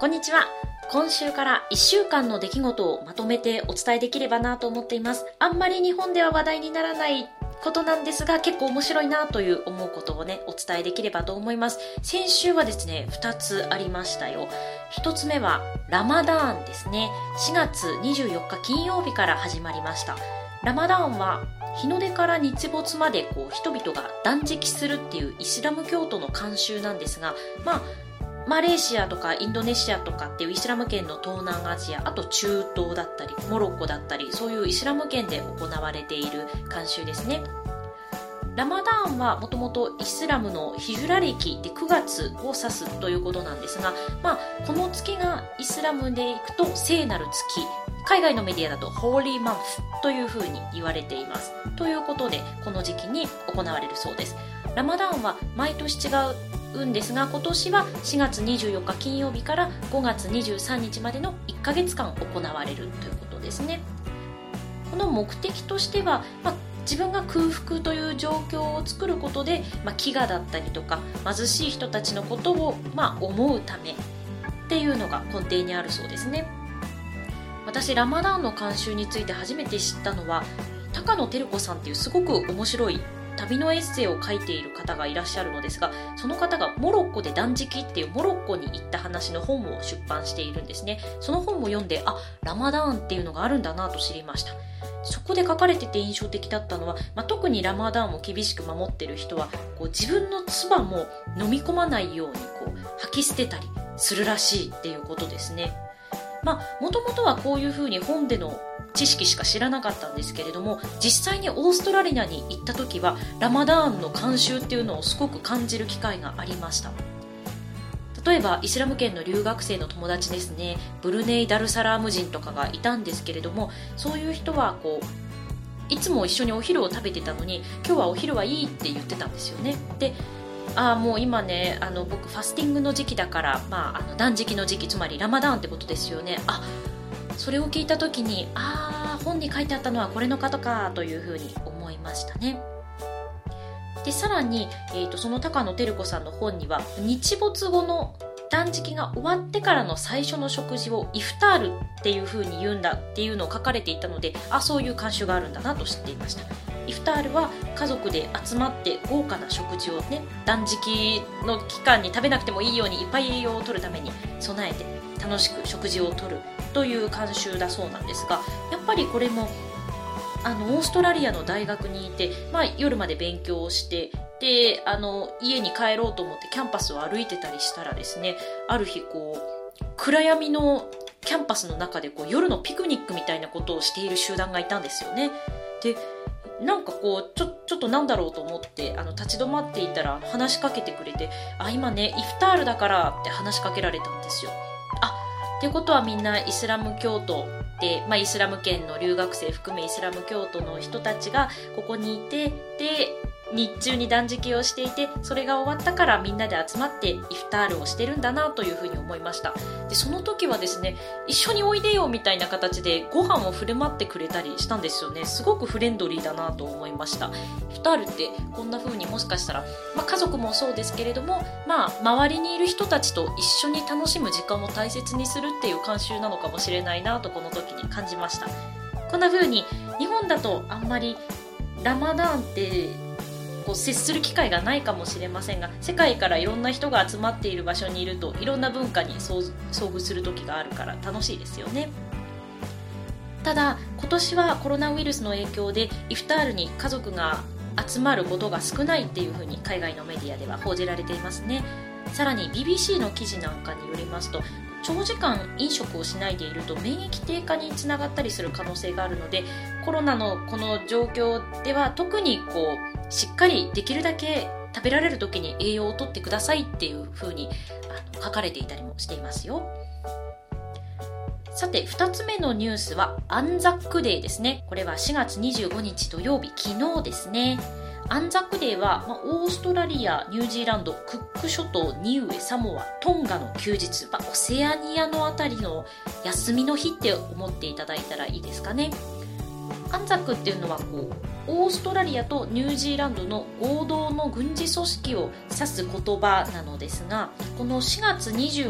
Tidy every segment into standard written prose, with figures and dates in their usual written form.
こんにちは。今週から1週間の出来事をまとめてお伝えできればなと思っています。あんまり日本では話題にならないことなんですが、結構面白いなという思うことをね、お伝えできればと思います。先週はですね、2つありましたよ。1つ目はラマダーンですね。4月24日金曜日から始まりました。ラマダーンは日の出から日没まで人々が断食するっていうイスラム教徒の慣習なんですが、マレーシアとかインドネシアとかっていうイスラム圏の東南アジア、あと中東だったりモロッコだったり、そういうイスラム圏で行われている慣習ですね。ラマダーンはもともとイスラムのヒジュラ暦で9月を指すということなんですが、この月がイスラムでいくと聖なる月、海外のメディアだとホーリーマンスというふうに言われています。ということでこの時期に行われるそうです。ラマダーンは毎年違うんですが、今年は4月24日金曜日から5月23日までの1ヶ月間行われるということですね。この目的としては、自分が空腹という状況を作ることで、飢餓だったりとか貧しい人たちのことを、思うためっていうのが根底にあるそうですね。私ラマダーンの慣習について初めて知ったのは、高野照子さんっていうすごく面白い旅のエッセイを書いている方がいらっしゃるのですが、その方がモロッコで断食っていうモロッコに行った話の本を出版しているんですね。その本を読んで、ラマダーンっていうのがあるんだなと知りました。そこで書かれてて印象的だったのは、特にラマダーンを厳しく守っている人は自分の唾も飲み込まないように吐き捨てたりするらしいっていうことですね。もともとはこういうふうに本での知識しか知らなかったんですけれども、実際にオーストラリアに行った時はラマダーンの慣習っていうのをすごく感じる機会がありました。例えばイスラム圏の留学生の友達ですね、ブルネイ・ダルサラーム人とかがいたんですけれども、そういう人はいつも一緒にお昼を食べてたのに、今日はお昼はいいって言ってたんですよね。で、もう今ね、僕ファスティングの時期だから、断食の時期、つまりラマダーンってことですよね。それを聞いた時に、本に書いてあったのはこれのことかというふうに思いましたね。でさらに、その高野照子さんの本には、日没後の断食が終わってからの最初の食事をイフタールっていうふうに言うんだっていうのを書かれていたので、そういう慣習があるんだなと知っていました。イフタールは家族で集まって豪華な食事をね、断食の期間に食べなくてもいいようにいっぱい栄養を取るために備えて楽しく食事をとるという慣習だそうなんですが、やっぱりこれもオーストラリアの大学にいて、夜まで勉強をして、で家に帰ろうと思ってキャンパスを歩いてたりしたらですね、ある日暗闇のキャンパスの中で夜のピクニックみたいなことをしている集団がいたんですよね。でなんかちょっとなんだろうと思って立ち止まっていたら話しかけてくれて、今ねイフタールだからって話しかけられたんですよ。っていうことはみんなイスラム教徒で、イスラム圏の留学生含めイスラム教徒の人たちがここにいて、で日中に断食をしていて、それが終わったからみんなで集まってイフタールをしてるんだなというふうに思いました。でその時はですね、一緒においでよみたいな形でご飯を振る舞ってくれたりしたんですよね。すごくフレンドリーだなと思いました。イフタールってこんな風にもしかしたら、家族もそうですけれども、周りにいる人たちと一緒に楽しむ時間を大切にするっていう慣習なのかもしれないなとこの時に感じました。こんな風に日本だとあんまりラマダーンって接する機会がないかもしれませんが、世界からいろんな人が集まっている場所にいるといろんな文化に遭遇する時があるから楽しいですよね。ただ今年はコロナウイルスの影響でイフタールに家族が集まることが少ないっていうふうに海外のメディアでは報じられていますね。さらに BBC の記事なんかによりますと、長時間飲食をしないでいると免疫低下につながったりする可能性があるので、コロナのこの状況では特にしっかりできるだけ食べられる時に栄養をとってくださいっていう風に書かれていたりもしていますよ。さて2つ目のニュースはアンザックデーですね。これは4月25日土曜日、昨日ですね。アンザックデーは、オーストラリア、ニュージーランド、クック諸島、ニウエ、サモア、トンガの休日、オセアニアのあたりの休みの日って思っていただいたらいいですかね。アンザックっていうのはオーストラリアとニュージーランドの合同の軍事組織を指す言葉なのですが、この4月25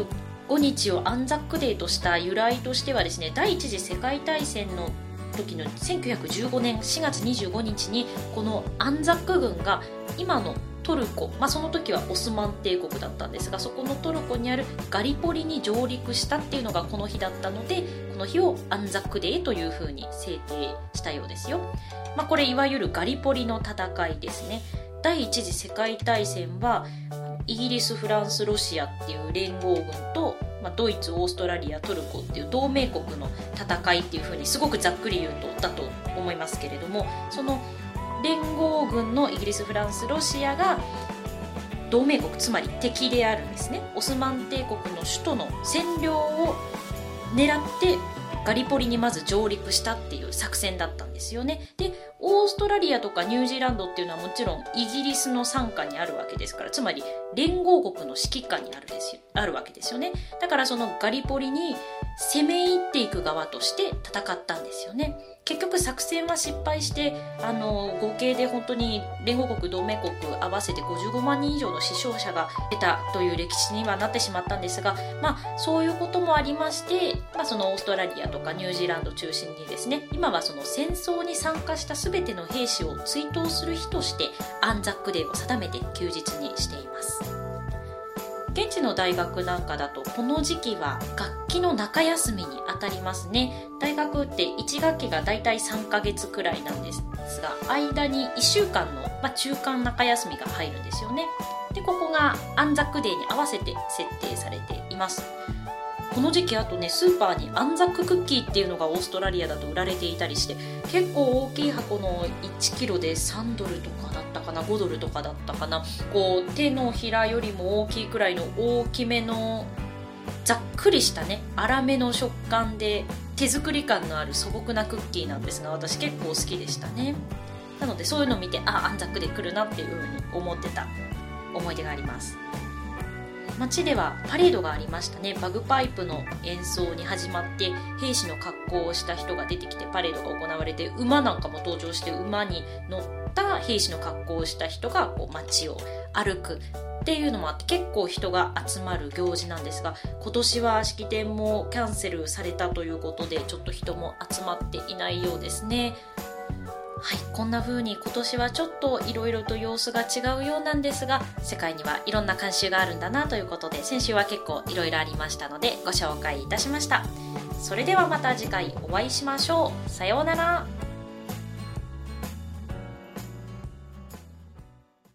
15日をアンザックデーとした由来としてはですね、第一次世界大戦の時の1915年4月25日にこのアンザック軍が今のトルコ、その時はオスマン帝国だったんですが、そこのトルコにあるガリポリに上陸したっていうのがこの日だったので、この日をアンザックデーという風に制定したようですよ。これいわゆるガリポリの戦いですね。第一次世界大戦はイギリス、フランス、ロシアっていう連合軍と、ドイツ、オーストラリア、トルコっていう同盟国の戦いっていう風にすごくざっくり言うとだと思いますけれども、その連合軍のイギリス、フランス、ロシアが同盟国、つまり敵であるんですね。オスマン帝国の首都の占領を狙ってガリポリにまず上陸したっていう作戦だったんですよね。で、オーストラリアとかニュージーランドっていうのはもちろんイギリスの傘下にあるわけですから、つまり連合国の指揮下にあるわけですよね。だからそのガリポリに攻め入っていく側として戦ったんですよね。結局作戦は失敗して、合計で本当に連合国、同盟国合わせて55万人以上の死傷者が出たという歴史にはなってしまったんですが、そういうこともありまして、そのオーストラリアとかニュージーランド中心にですね、今はその戦争に参加した全ての兵士を追悼する日としてアンザックデーを定めて休日にしています。現地の大学なんかだとこの時期は学期の中休みにあたりますね。大学って1学期がだいたい3ヶ月くらいなんですが、間に1週間の、中間中休みが入るんですよね。で、ここがアンザックデーに合わせて設定されています。この時期あとね、スーパーにアンザッククッキーっていうのがオーストラリアだと売られていたりして、結構大きい箱の1キロで3ドルとかだったかな、5ドルとかだったかな、手のひらよりも大きいくらいの大きめのざっくりしたね、粗めの食感で手作り感のある素朴なクッキーなんですが、私結構好きでしたね。なのでそういうのを見て、アンザックで来るなっていう風に思ってた思い出があります。街ではパレードがありましたね。バグパイプの演奏に始まって兵士の格好をした人が出てきてパレードが行われて、馬なんかも登場して、馬に乗った兵士の格好をした人が街を歩くっていうのもあって、結構人が集まる行事なんですが、今年は式典もキャンセルされたということで、ちょっと人も集まっていないようですね。はい、こんな風に今年はちょっといろいろと様子が違うようなんですが、世界にはいろんな慣習があるんだなということで、先週は結構いろいろありましたのでご紹介いたしました。それではまた次回お会いしましょう。さようなら。